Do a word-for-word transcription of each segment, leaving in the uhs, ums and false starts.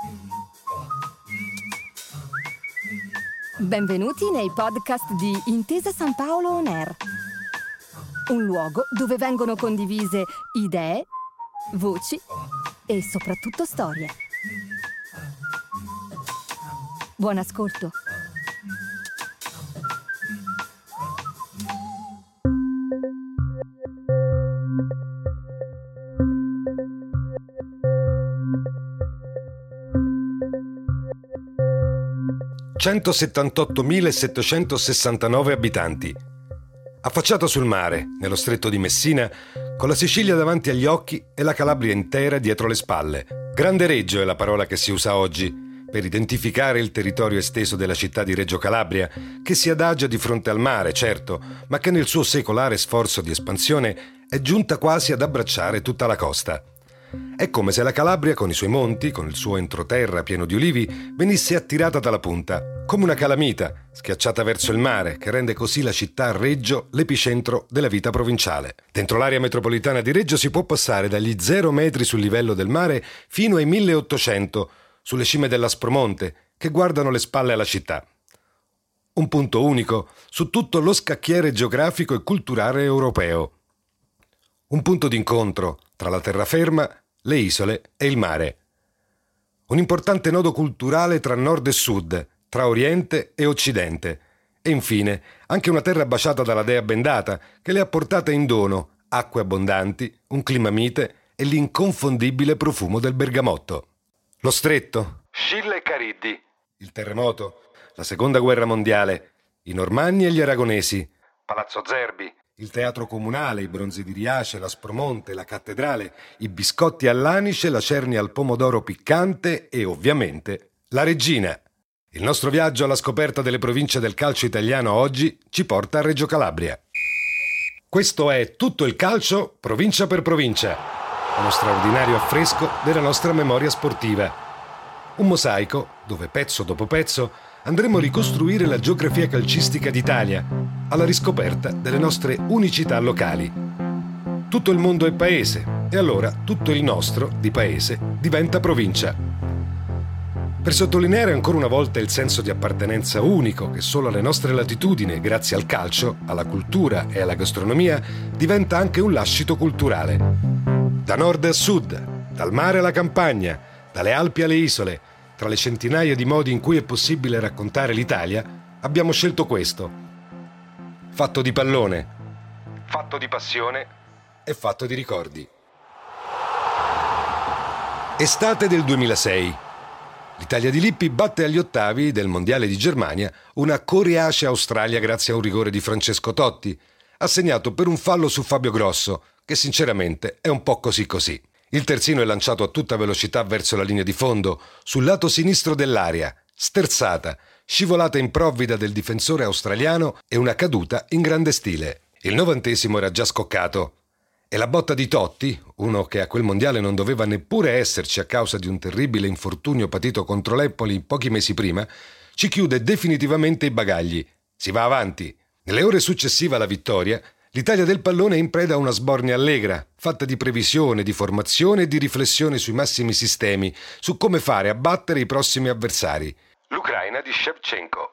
Benvenuti nei podcast di Intesa San Paolo On Air, un luogo dove vengono condivise idee, voci e soprattutto storie. Buon ascolto. centosettantottomilasettecentosessantanove abitanti. Affacciato sul mare, nello stretto di Messina, con la Sicilia davanti agli occhi e la Calabria intera dietro le spalle. Grande Reggio è la parola che si usa oggi per identificare il territorio esteso della città di Reggio Calabria, che si adagia di fronte al mare, certo, ma che nel suo secolare sforzo di espansione è giunta quasi ad abbracciare tutta la costa. È come se la Calabria, con i suoi monti, con il suo entroterra pieno di ulivi, venisse attirata dalla punta, come una calamita, schiacciata verso il mare, che rende così la città Reggio l'epicentro della vita provinciale. Dentro l'area metropolitana di Reggio si può passare dagli zero metri sul livello del mare fino ai milleottocento, sulle cime dell'Aspromonte, che guardano le spalle alla città. Un punto unico su tutto lo scacchiere geografico e culturale europeo. Un punto d'incontro tra la terraferma, le isole e il mare. Un importante nodo culturale tra nord e sud, tra oriente e occidente. E infine anche una terra baciata dalla dea bendata che le ha portate in dono acque abbondanti, un clima mite e l'inconfondibile profumo del bergamotto. Lo stretto, Scilla e Cariddi, il terremoto, la seconda guerra mondiale, i Normanni e gli Aragonesi, Palazzo Zerbi, il teatro comunale, i bronzi di Riace, l'Aspromonte, la cattedrale, i biscotti all'anice, la cernia al pomodoro piccante e, ovviamente, la Regina. Il nostro viaggio alla scoperta delle province del calcio italiano oggi ci porta a Reggio Calabria. Questo è Tutto il calcio, provincia per provincia, uno straordinario affresco della nostra memoria sportiva. Un mosaico dove, pezzo dopo pezzo, andremo a ricostruire la geografia calcistica d'Italia, alla riscoperta delle nostre unicità locali. Tutto il mondo è paese, e allora tutto il nostro, di paese, diventa provincia. Per sottolineare ancora una volta il senso di appartenenza unico che solo alle nostre latitudini, grazie al calcio, alla cultura e alla gastronomia, diventa anche un lascito culturale. Da nord a sud, dal mare alla campagna, dalle Alpi alle isole, tra le centinaia di modi in cui è possibile raccontare l'Italia, abbiamo scelto questo. Fatto di pallone, fatto di passione e fatto di ricordi. Estate del duemilasei. L'Italia di Lippi batte agli ottavi del Mondiale di Germania una coriacea Australia grazie a un rigore di Francesco Totti, assegnato per un fallo su Fabio Grosso, che sinceramente è un po' così così. Il terzino è lanciato a tutta velocità verso la linea di fondo, sul lato sinistro dell'area, sterzata, scivolata improvvida del difensore australiano e una caduta in grande stile. Il novantesimo era già scoccato. E la botta di Totti, uno che a quel mondiale non doveva neppure esserci a causa di un terribile infortunio patito contro l'Empoli pochi mesi prima, ci chiude definitivamente i bagagli. Si va avanti. Nelle ore successive alla vittoria, l'Italia del pallone è in preda a una sbornia allegra, fatta di previsione, di formazione e di riflessione sui massimi sistemi, su come fare a battere i prossimi avversari. L'Ucraina di Shevchenko.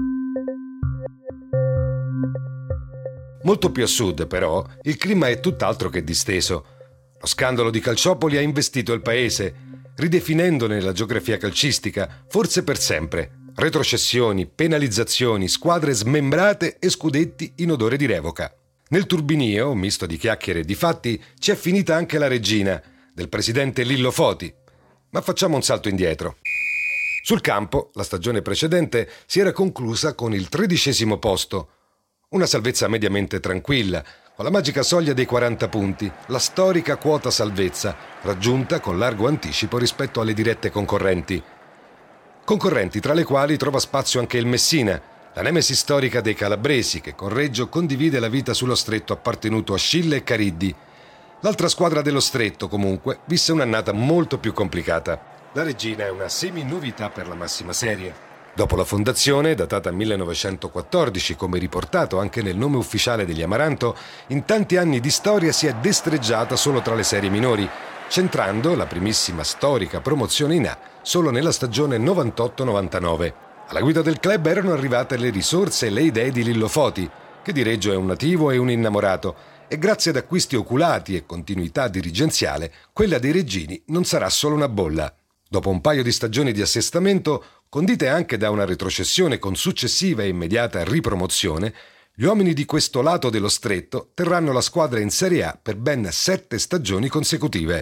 Molto più a sud, però, il clima è tutt'altro che disteso. Lo scandalo di Calciopoli ha investito il paese, ridefinendone la geografia calcistica, forse per sempre. Retrocessioni, penalizzazioni, squadre smembrate e scudetti in odore di revoca. Nel turbinio, misto di chiacchiere e di fatti, ci è finita anche la regina, del presidente Lillo Foti. Ma facciamo un salto indietro. Sul campo, la stagione precedente si era conclusa con il tredicesimo posto. Una salvezza mediamente tranquilla, con la magica soglia dei quaranta punti, la storica quota salvezza, raggiunta con largo anticipo rispetto alle dirette concorrenti. Concorrenti tra le quali trova spazio anche il Messina, la nemesi storica dei calabresi, che con Reggio condivide la vita sullo stretto appartenuto a Scilla e Cariddi. L'altra squadra dello stretto, comunque, visse un'annata molto più complicata. La Regina è una semi-novità per la massima serie. Dopo la fondazione, datata millenovecentoquattordici, come riportato anche nel nome ufficiale degli Amaranto, in tanti anni di storia si è destreggiata solo tra le serie minori, centrando la primissima storica promozione in A solo nella stagione novantotto novantanove. Alla guida del club erano arrivate le risorse e le idee di Lillo Foti, che di Reggio è un nativo e un innamorato, e grazie ad acquisti oculati e continuità dirigenziale, quella dei reggini non sarà solo una bolla. Dopo un paio di stagioni di assestamento, condite anche da una retrocessione con successiva e immediata ripromozione, gli uomini di questo lato dello stretto terranno la squadra in Serie A per ben sette stagioni consecutive.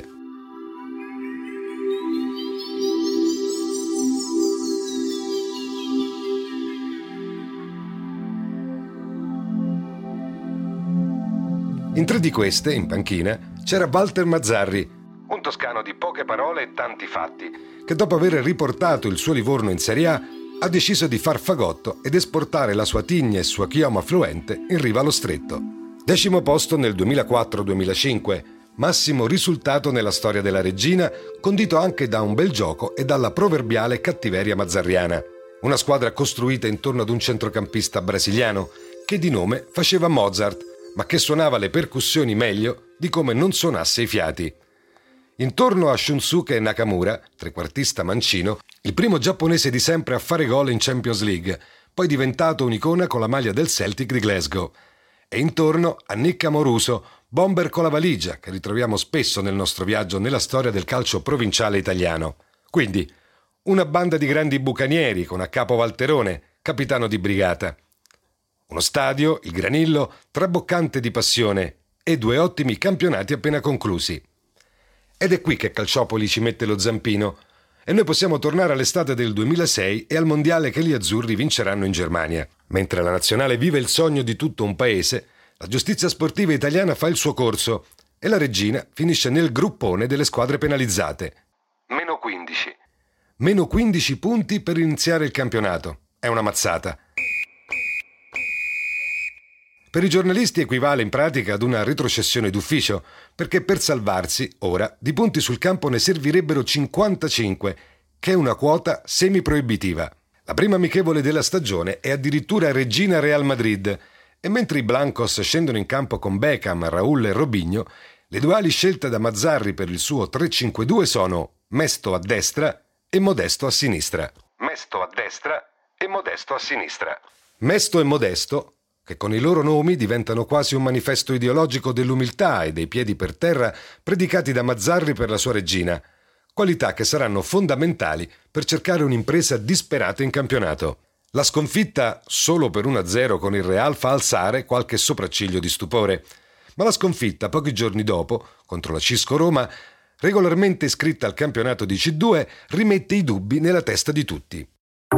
In tre di queste, in panchina, c'era Walter Mazzarri, un toscano di poche parole e tanti fatti, che dopo aver riportato il suo Livorno in Serie A ha deciso di far fagotto ed esportare la sua tigna e sua chioma fluente in riva allo stretto. Decimo posto nel duemilaquattro duemilacinque, massimo risultato nella storia della Reggina, condito anche da un bel gioco e dalla proverbiale cattiveria mazzarriana. Una squadra costruita intorno ad un centrocampista brasiliano che di nome faceva Mozart, ma che suonava le percussioni meglio di come non suonasse i fiati. Intorno a Shunsuke Nakamura, trequartista mancino, il primo giapponese di sempre a fare gol in Champions League, poi diventato un'icona con la maglia del Celtic di Glasgow. E intorno a Nick Amoruso, bomber con la valigia, che ritroviamo spesso nel nostro viaggio nella storia del calcio provinciale italiano. Quindi, una banda di grandi bucanieri con a capo Valterone, capitano di brigata. Uno stadio, il Granillo, traboccante di passione e due ottimi campionati appena conclusi. Ed è qui che Calciopoli ci mette lo zampino e noi possiamo tornare all'estate del duemilasei e al mondiale che gli azzurri vinceranno in Germania. Mentre la nazionale vive il sogno di tutto un paese, la giustizia sportiva italiana fa il suo corso e la Reggina finisce nel gruppone delle squadre penalizzate. Meno quindici. Meno quindici punti per iniziare il campionato. È una mazzata. Per i giornalisti equivale in pratica ad una retrocessione d'ufficio, perché per salvarsi, ora, di punti sul campo ne servirebbero cinquantacinque, che è una quota semiproibitiva. La prima amichevole della stagione è addirittura Reggina-Real Madrid, e mentre i Blancos scendono in campo con Beckham, Raul e Robinho, le due ali scelte da Mazzarri per il suo tre cinque due sono Mesto a destra e Modesto a sinistra. Mesto a destra e Modesto a sinistra. Mesto e Modesto, che con i loro nomi diventano quasi un manifesto ideologico dell'umiltà e dei piedi per terra predicati da Mazzarri per la sua Reggina, qualità che saranno fondamentali per cercare un'impresa disperata in campionato. La sconfitta solo per uno a zero con il Real fa alzare qualche sopracciglio di stupore, ma la sconfitta pochi giorni dopo, contro la Cisco Roma, regolarmente iscritta al campionato di C due, rimette i dubbi nella testa di tutti.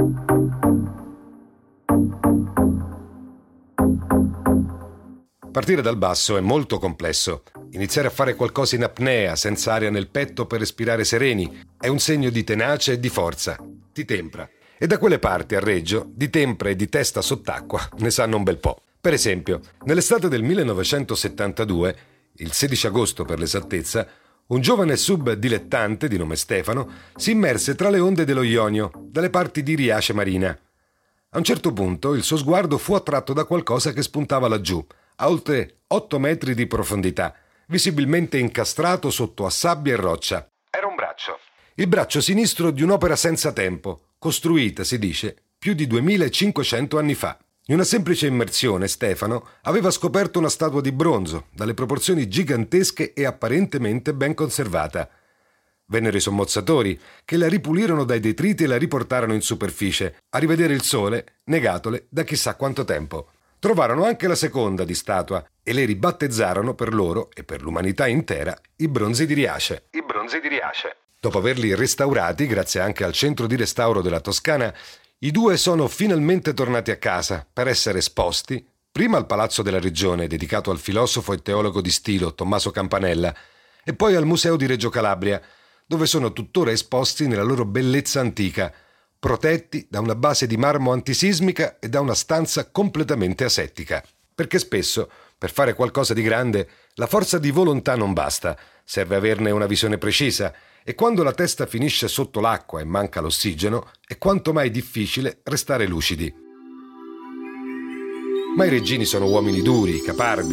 Partire dal basso è molto complesso. Iniziare a fare qualcosa in apnea, senza aria nel petto per respirare sereni, è un segno di tenacia e di forza. Ti tempra. E da quelle parti, a Reggio, di tempra e di testa sott'acqua ne sanno un bel po'. Per esempio, nell'estate del millenovecentosettantadue, il sedici agosto per l'esattezza, un giovane sub dilettante di nome Stefano si immerse tra le onde dello Ionio, dalle parti di Riace Marina. A un certo punto il suo sguardo fu attratto da qualcosa che spuntava laggiù, a oltre otto metri di profondità, visibilmente incastrato sotto a sabbia e roccia. Era un braccio. Il braccio sinistro di un'opera senza tempo, costruita, si dice, più di duemilacinquecento anni fa. In una semplice immersione, Stefano aveva scoperto una statua di bronzo, dalle proporzioni gigantesche e apparentemente ben conservata. Vennero i sommozzatori, che la ripulirono dai detriti e la riportarono in superficie, a rivedere il sole, negatole da chissà quanto tempo. Trovarono anche la seconda di statua e le ribattezzarono per loro e per l'umanità intera i bronzi di Riace. I bronzi di Riace. Dopo averli restaurati, grazie anche al centro di restauro della Toscana, i due sono finalmente tornati a casa per essere esposti prima al Palazzo della Regione, dedicato al filosofo e teologo di stilo Tommaso Campanella, e poi al Museo di Reggio Calabria, dove sono tuttora esposti nella loro bellezza antica, protetti da una base di marmo antisismica e da una stanza completamente asettica. Perché spesso, per fare qualcosa di grande, la forza di volontà non basta, serve averne una visione precisa, e quando la testa finisce sotto l'acqua e manca l'ossigeno, è quanto mai difficile restare lucidi. Ma i reggini sono uomini duri, caparbi,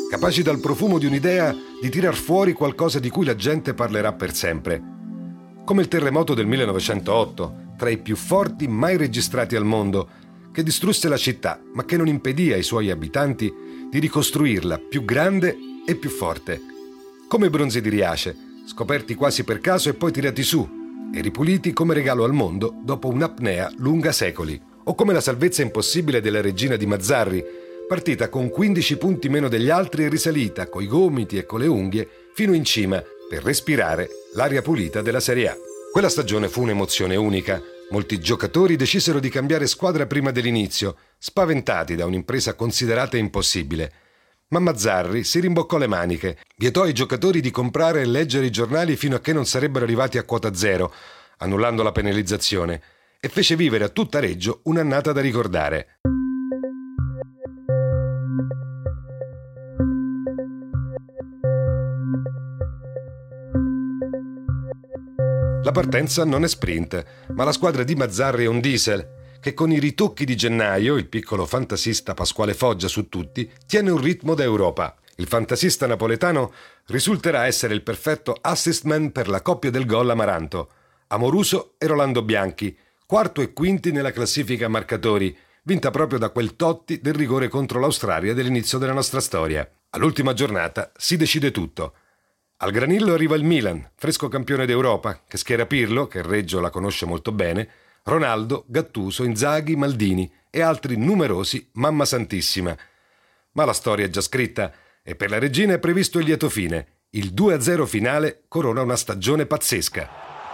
capaci dal profumo di un'idea di tirar fuori qualcosa di cui la gente parlerà per sempre. Come il terremoto del millenovecentootto, tra i più forti mai registrati al mondo, che distrusse la città, ma che non impedì ai suoi abitanti di ricostruirla più grande e più forte. Come bronzi di Riace, scoperti quasi per caso e poi tirati su, e ripuliti come regalo al mondo dopo un'apnea lunga secoli. O come la salvezza impossibile della regina di Mazzarri, partita con quindici punti meno degli altri e risalita coi gomiti e con le unghie fino in cima per respirare l'aria pulita della Serie A. Quella stagione fu un'emozione unica. Molti giocatori decisero di cambiare squadra prima dell'inizio, spaventati da un'impresa considerata impossibile. Ma Mazzarri si rimboccò le maniche, vietò ai giocatori di comprare e leggere i giornali fino a che non sarebbero arrivati a quota zero, annullando la penalizzazione, e fece vivere a tutta Reggio un'annata da ricordare. La partenza non è sprint, ma la squadra di Mazzarri è un diesel, che con i ritocchi di gennaio, il piccolo fantasista Pasquale Foggia su tutti, tiene un ritmo da Europa. Il fantasista napoletano risulterà essere il perfetto assist man per la coppia del gol Amaranto, Amoruso e Rolando Bianchi, quarto e quinti nella classifica marcatori, vinta proprio da quel Totti del rigore contro l'Australia dell'inizio della nostra storia. All'ultima giornata si decide tutto. Al Granillo arriva il Milan, fresco campione d'Europa, che schiera Pirlo, che Reggio la conosce molto bene, Ronaldo, Gattuso, Inzaghi, Maldini e altri numerosi mamma santissima. Ma la storia è già scritta e per la regina è previsto il lieto fine. Il due a zero finale corona una stagione pazzesca.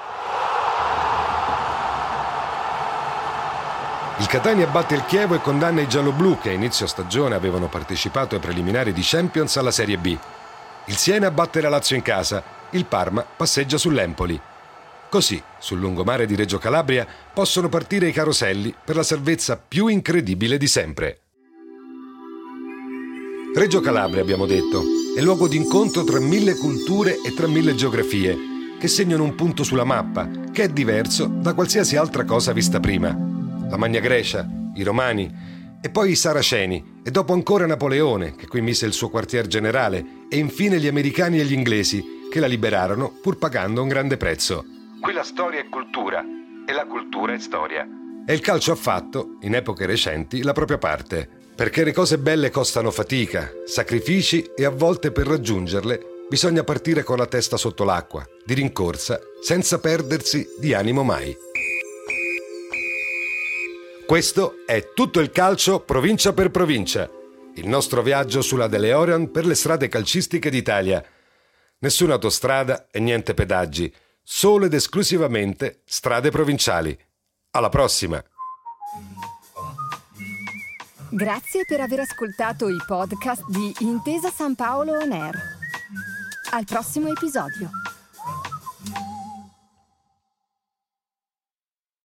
Il Catania batte il Chievo e condanna i gialloblu che a inizio stagione avevano partecipato ai preliminari di Champions alla Serie B. Il Siena batte la Lazio in casa, il Parma passeggia sull'Empoli. Così, sul lungomare di Reggio Calabria, possono partire i caroselli per la salvezza più incredibile di sempre. Reggio Calabria, abbiamo detto, è luogo d'incontro tra mille culture e tra mille geografie, che segnano un punto sulla mappa, che è diverso da qualsiasi altra cosa vista prima. La Magna Grecia, i Romani, e poi i Saraceni, e dopo ancora Napoleone, che qui mise il suo quartier generale, e infine gli americani e gli inglesi, che la liberarono pur pagando un grande prezzo. Qui la storia è cultura, e la cultura è storia. E il calcio ha fatto, in epoche recenti, la propria parte, perché le cose belle costano fatica, sacrifici e a volte per raggiungerle bisogna partire con la testa sotto l'acqua, di rincorsa, senza perdersi di animo mai. Questo è tutto il calcio provincia per provincia, il nostro viaggio sulla DeLorean per le strade calcistiche d'Italia. Nessuna autostrada e niente pedaggi, solo ed esclusivamente strade provinciali. Alla prossima! Grazie per aver ascoltato i podcast di Intesa San Paolo On Air. Al prossimo episodio.